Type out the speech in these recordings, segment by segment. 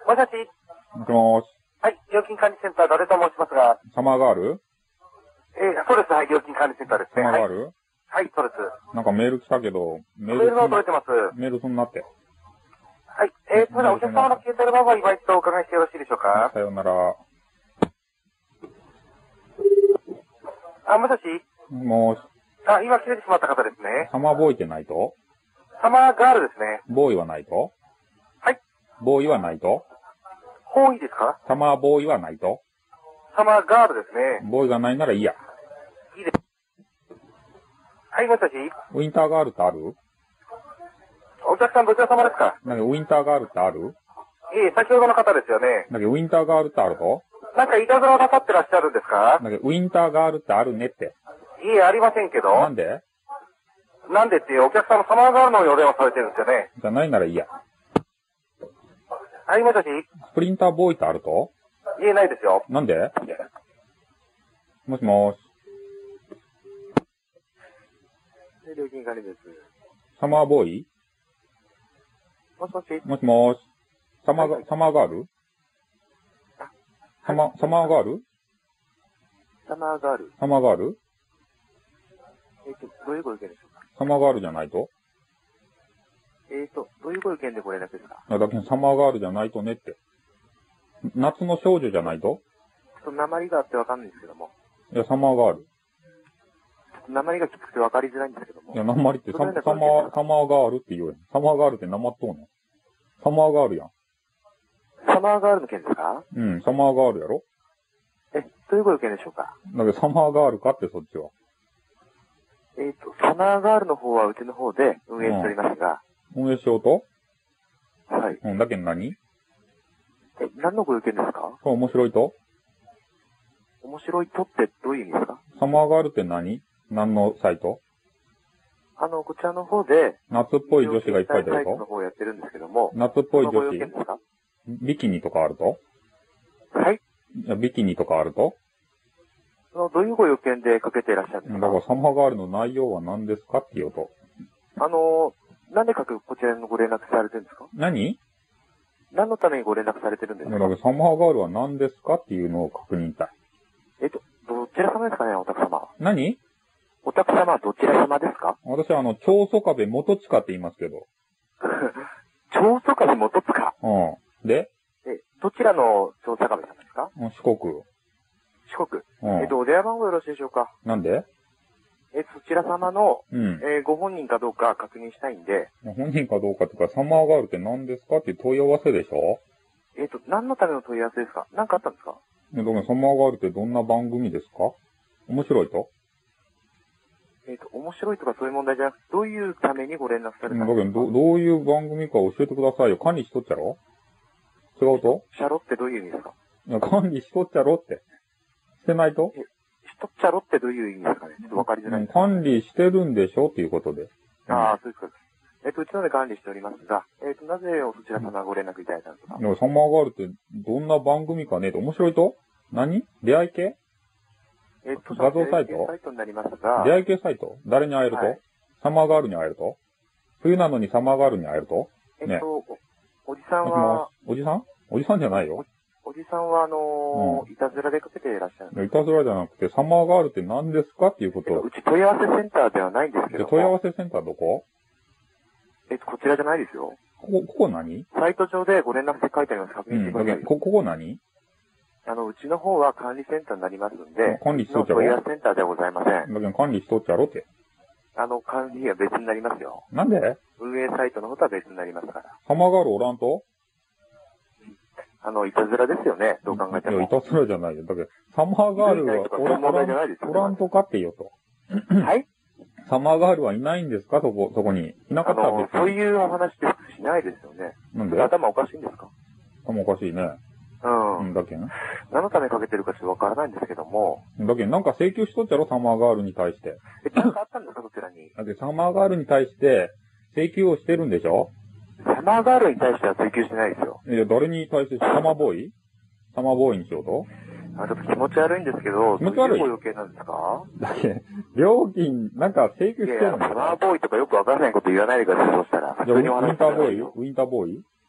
もしもし。 もしもーし。 はい、料金管理センター、誰と申しますが。 サマーガール？ そうです。はい、料金管理センターですね。 サマーガール？ はい、そうです。 なんかメール来たけど、 メールが届いてます。 メールそんなって。 はい、それではお客様の携帯番号を今一度お伺いしてよろしいでしょうか。 さようなら。 もしもし。 もーし。 今切れてしまった方ですね。 サマーボーイってないと？ サマーガールですね。 ボーイはないと？ はい。 ボーイはないと？ ボーイですか？ サマーボーイはないと？ サマーガールですね。 ボーイがないならいいや。 いいです。はい、もしもし。 ウィンターガールってある？ お客さんどちら様ですか？ なんかウィンターガールってある？ 先ほどの方ですよね。 なんかウィンターガールってあると？ なんかいたずらをなさってらっしゃるんですか？ なんかウィンターガールってあるねって。 ありませんけど。 なんで？ なんでってお客さんのサマーガールのお電話されてるんですよね。 じゃないならいいや。 はい、もしもし。 スプリンターボーイってあると？ ないですよ。 なんで？もしもーし。 料金管理です。 サマーボーイ？ もしもし。 もしもーし。サマーガール？サマーガール？サマーガール？ サマーガール。 サマーガール？ どういうご意見でしょうか？ サマーガールじゃないと？ どういうご意見でご連絡ですか？ だけどサマーガールじゃないとねって。夏の少女じゃないと？ 鉛があってわかんないんですけども。 いや、サマーガール。 鉛がきつくてわかりづらいんですけども。 いや、鉛ってサマーガールって言うやん。サマーガールってなまっとうねん。サマーガールやん。 サマーガールの件ですか？ うん、サマーガールやろ？ どういうご意見でしょうか？ だけどサマーガールかってそっちは。 サマーガールの方はうちの方で運営しておりますが。 運営しようと？ はい。 だけど何？ 何のご意見ですか？ そう、面白いと？ 面白いとってどういう意味ですか？ サマーガールって何のサイト？ こちらの方で、 夏っぽい女子がいっぱい出るサイトの方やってるんですけども。 夏っぽい女子？ ですか？ ビキニとかあると？ はい。 いや、ビキニとかあると？ どういうご用件でかけていらっしゃるんですか？ だからサマーガールの内容は何ですかって言うと。 なんでこちらにご連絡されてるんですか？ 何のためにご連絡されてるんですか？ だからサマーガールは何ですかっていうのを確認したい。 どちら様ですかね、お宅様。 何？ お宅様はどちら様ですか？ 私は長宗我部元親って言いますけど。 長宗我部元親？ うん。で？ どちらの長宗我部さんですか？ 四国。 四国。お電話番号よろしいでしょうか？ なんで？ そちら様の、ご本人かどうか確認したいんで。 本人かどうかっていうか、サマーガールって何ですかっていう問い合わせでしょ？ 何のための問い合わせですか？何かあったんですか？ だからサマーガールってどんな番組ですか？面白いと？ 面白いとかそういう問題じゃなくて、どういうためにご連絡されたんですか？ だけど、どういう番組か教えてくださいよ。管理しとっちゃろ？違うと？ シャロってどういう意味ですか？ いや、管理しとっちゃろって。してないと？ しとっちゃろってどういう意味ですかね？ちょっとわかりづらい。 管理してるんでしょっていうことで。 そういうことです。うちので管理しておりますが、なぜそちら様ご連絡いただいたんですか？ サマーガールってどんな番組かねって面白いと？何？出会い系？画像サイト？ 出会い系サイトになりますが。 出会い系サイト？誰に会えると？サマーガールに会えると？冬なのにサマーガールに会えると？ね。 おじさんは。 おじさん？おじさんじゃないよ。 おじさんはいたずらでかけていらっしゃるんです。 いたずらじゃなくて、サマーガールって何ですかっていうこと。 うち問い合わせセンターではないんですけど。 問い合わせセンターどこ？ こちらじゃないですよ。 ここ何？ サイト上でご連絡先書いてあります。確認してください。 ここ何？ うちの方は管理センターになりますんで。 管理しとっちゃろ？ 問い合わせセンターではございません。 だけど管理しとっちゃろって。 管理費は別になりますよ。 なんで？ 運営サイトの方は別になりますから。 サマーガールおらんと？ いたずらですよね。どう考えても。 いや、いたずらじゃないよ。だけど、サマーガールはおらんとかって言うと。 はい？ サマーガールはいないんですかそこに。いなかったら別に。 そういうお話ってしないですよね。 なんで？ 頭おかしいんですか？ 頭おかしいね。だけどね。 何のためにかけてるかちょっとわからないんですけども。 だけど、なんか請求しとっちゃろサマーガールに対して。 何かあったんですかそちらに。 だけど、サマーガールに対して請求をしてるんでしょ？ サマーガールに対しては請求してないですよ。 いや、誰に対してサマーボーイにしようと？ ちょっと気持ち悪いんですけど、 気持ち悪い？ どういうご用件なんですか？ だけ料金、なんか請求してるんだよ。 サマーボーイとかよくわからないこと言わないでください、そしたら。 じゃあ、ウィンターボーイ？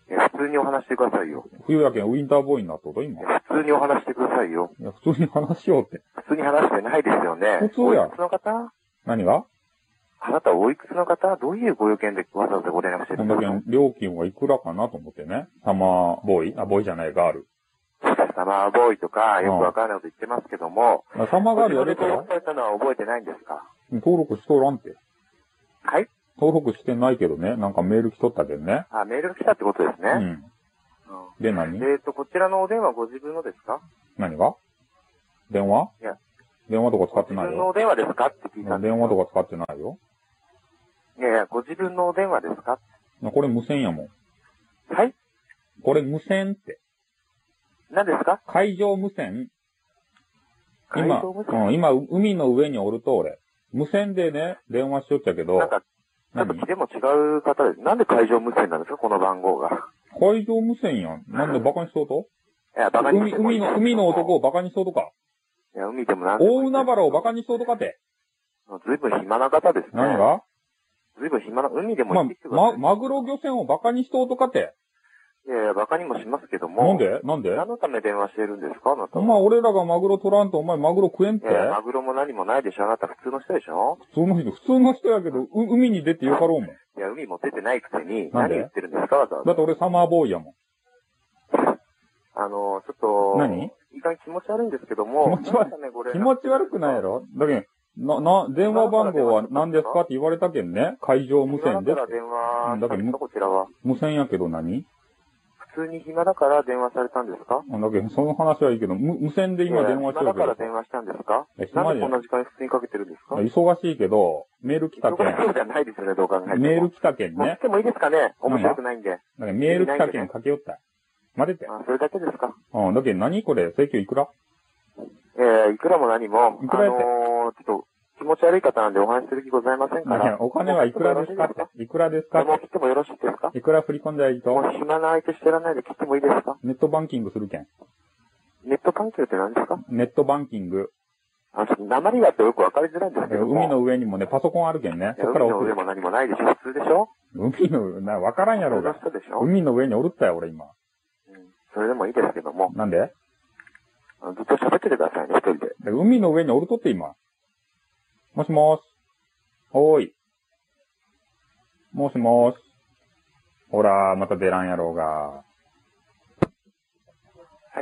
普通にお話してくださいよ。 冬やけんウィンターボーイになっとる今。 普通にお話してくださいよ。 いや、普通に話しようって。 普通に話してないですよね。 普通やおいくつの方？ 何が？ あなたおいくつの方？どういうご用件でわざわざご連絡してるんですか？ だけん、料金はいくらかなと思ってね。サマーボーイ？ボーイじゃない、ガール。 サマーボーイとか、よくわからないこと言ってますけども。 サマーガールやれたご自分で登よ。 録されたのは覚えてないんですか？ 登録しとらんて。 はい？ 登録してないけどね。なんかメール来とったけどね。 メールが来たってことですね。 うん。で、何？ こちらのお電話ご自分のですか？ 何が？電話？ いや。 電話とか使ってないご自分のよ。 お電話ですかって聞いたんですよ。 電話とか使ってないよ。 いやいや、ご自分のお電話ですか？ これ無線やもん。 はい？ これ無線って。 何ですか？ 海上無線。 海上無線？ 今、海の上におると俺。無線でね、電話しよっちゃけど。 なんか、ちょっとキレも違う方です。なんで海上無線なんですかこの番号が。 海上無線やん。なんでバカにしとうと？ いや、バカにしてもいい海の男をバカにしとうとか。 いや、海でもなんでもいい大海原をバカにしとうとかって。 ずいぶん暇な方ですね。 何が？ ずいぶん暇な、海でも行ってきてください。 マグロ漁船をバカにしとうとかって。 いやいや、バカにもしますけども。 なんで何のため電話してるんですかあなた。 俺らがマグロ取らんとお前マグロ食えんって。 いや、マグロも何もないでしょあなた普通の人でしょ普通の人やけど、海に出てよかろうもん。いや、海も出てないくせに、 何言ってるんですかわざわざ。 だって俺サマーボーイやもん。 ちょっと、 何？ いかに気持ち悪いんですけども。 気持ち悪くないやろだけど、電話番号は何ですかって言われたけんね。海上無線です。 だから電話したんですかこちらは。 無線やけど何？ 普通に暇だから電話されたんですかだけど、その話はいいけど、無線で今電話してるけど。 暇だから電話したんですかなんでこんな時間に普通にかけてるんですか忙しいけど、メール来たけん。 忙しいじゃないですよね、どう考えても。 メール来たけんね。 来てもいいですかね面白くないんで。 メール来たけんかけよった。待ってて。 それだけですかだけど何これ請求いくら？ いくらも何も。 いくらやって？ ちょっと気持ち悪い方なんでお話しする気ございませんから。 お金はいくらですかって。いくらですかって。 もう切ってもよろしいですか？ いくら振り込んじゃいいと？ もう暇な相手してらないで切ってもいいですか？ ネットバンキングするけん。 ネットバンキングって何ですか？ ネットバンキング。 鉛があってよくわかりづらいんですけども。 海の上にもね、パソコンあるけんね。そっから海の上も何もないでしょ普通でしょ海の、わからんやろうが。海の上におるったよ、俺今。 それでもいいですけども。 なんで？ ずっと喋っててくださいね、一人で。 海の上におるとって今。もしもーし。おーい。もしもーし。ほら、また出らんやろうが。 はい、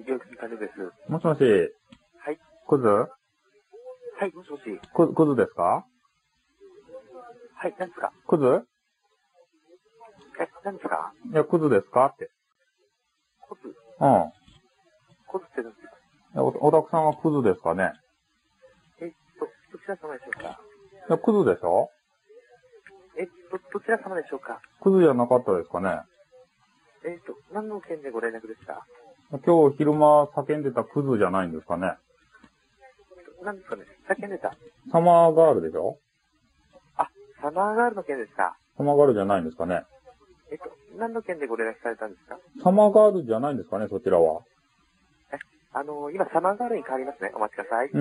両親金です。 もしもし。 はい。 クズ？ はい、もしもし。 クズですか？ はい、何ですか？ クズ？ 何ですか？ いや、クズですかって。 クズ？ うん。 クズって何ですか？ おたくさんはクズですかね？ どちら様でしょうか？ いや、クズでしょ？ どちら様でしょうか？ クズじゃなかったですかね？ 何の件でご連絡ですか？ 今日昼間叫んでたクズじゃないんですかね？ 何ですかね？叫んでた。 サマーガールでしょ？ サマーガールの件ですか？ サマーガールじゃないんですかね？ 何の件でご連絡されたんですか？ サマーガールじゃないんですかね、そちらは。 今サマーガールに変わりますね。お待ちください。 うん。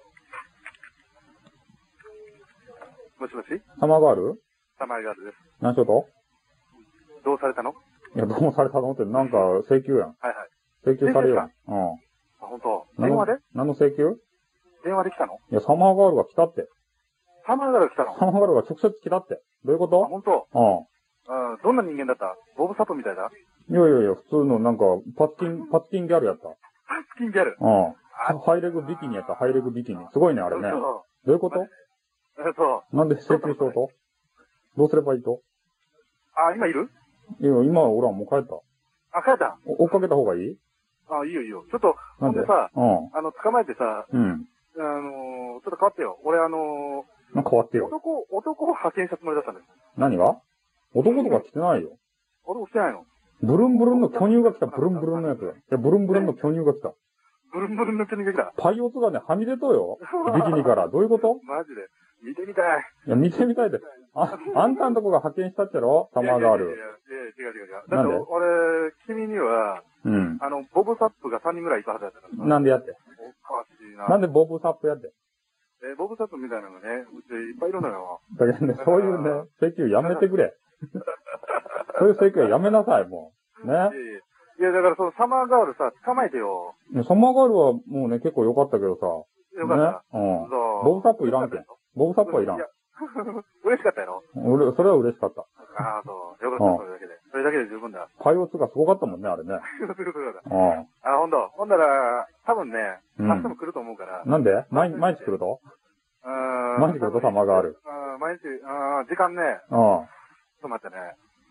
もしもし？ サマーガール？ サマーガールです。 何しようと？ どうされたの？ いや、どうされたのって、なんか請求やん。 はいはい。 請求されよ。うん。 本当。電話で？ 何の請求？ 電話で来たの？ いや、サマーガールが来たって。 サマーガールが来たの？ サマーガールが直接来たって。どういうこと？ 本当？どんな人間だった？ボブサップみたいだ？ いや、普通のなんか、パツキンギャルやった。 パツキンギャル？ ハイレグビキニやった、ハイレグビキニ。すごいね、あれね。どういうこと？ そう。 なんで請求しようと？どうすればいいと？ 今いる？ いや、今俺はもう帰った。 帰った？ 追っかけた方がいい？ いいよいいよ。ちょっと、 なんでさ、捕まえてさ、ちょっと変わってよ。俺変わってよ。 男を派遣したつもりだったんです。 何が？男とか来てないよ。 男来てないの？ ブルンブルンの巨乳が来た、ブルンブルンのやつ。いや、ブルンブルンの巨乳が来た。 ブルンブルンの巨乳が来た。 パイオツがね、はみ出とよ。ビキニから。どういうこと？ マジで。見てみたい。 いや、見てみたいで。あんたんとこが派遣したっちゃろ？サマーガール。 違う。だって俺、君には、ボブサップが3人ぐらいいたはずだったから。 なんでやって？ おかしいな。 なんでボブサップやって？ ボブサップみたいなのね、うちいっぱいいるのよ。 だけどね、そういうね、請求やめてくれ。そういう請求はやめなさい、もね。 いや、だからそのサマーガールさ、捕まえてよ。 サマーガールはもうね、結構良かったけどさ。 よかった。 ね。うん。 そうボブサップいらんけん。ボブサップはいらんいや。嬉しかったやろそれは嬉しかった。 ああ、そう。よかった、それだけで。それだけで十分だ。 パイオツがすごかったもんね、あれね。 あ、ほんと。ほんなら、多分ね、 うん明日も来ると思うから。 なんで毎日来ると毎日来るとサマーガール。 毎日、時間ね。ちうん。 ょっと待ってね。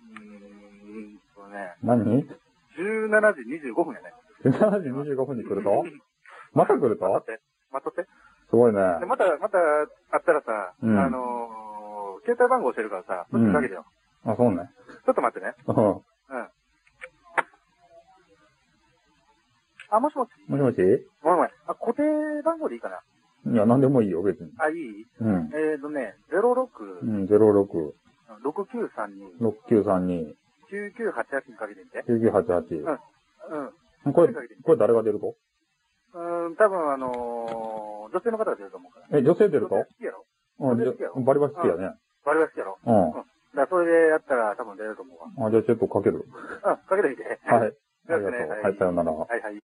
何 17時25分やね。 ?17 時25分に来るとまた来ると待っとって。 すごいね。 で、また、会ったらさ、 うん携帯番号教えるからさ、そっちかけてよ。 あ、そうね。 ちょっと待ってね。 うん。 あ、もしもし。 もしもしごめん。固定番号でいいかな。 いや、なんでもいいよ、別に。 あ、いいうん。 06、 06、 6932、 6932、 9988にかけてみて。 9988。これ誰が出ると多分女性の方が出ると思うから。 女性出ると好きやろバリバリ好きやね。 バリバリ好きやろうん。 だからそれでやったら多分出ると思うわ。 じゃあちょっとかける。 かけてみて。 はい。ありがとう。 よろしくねはい、さよなら。 はいはい。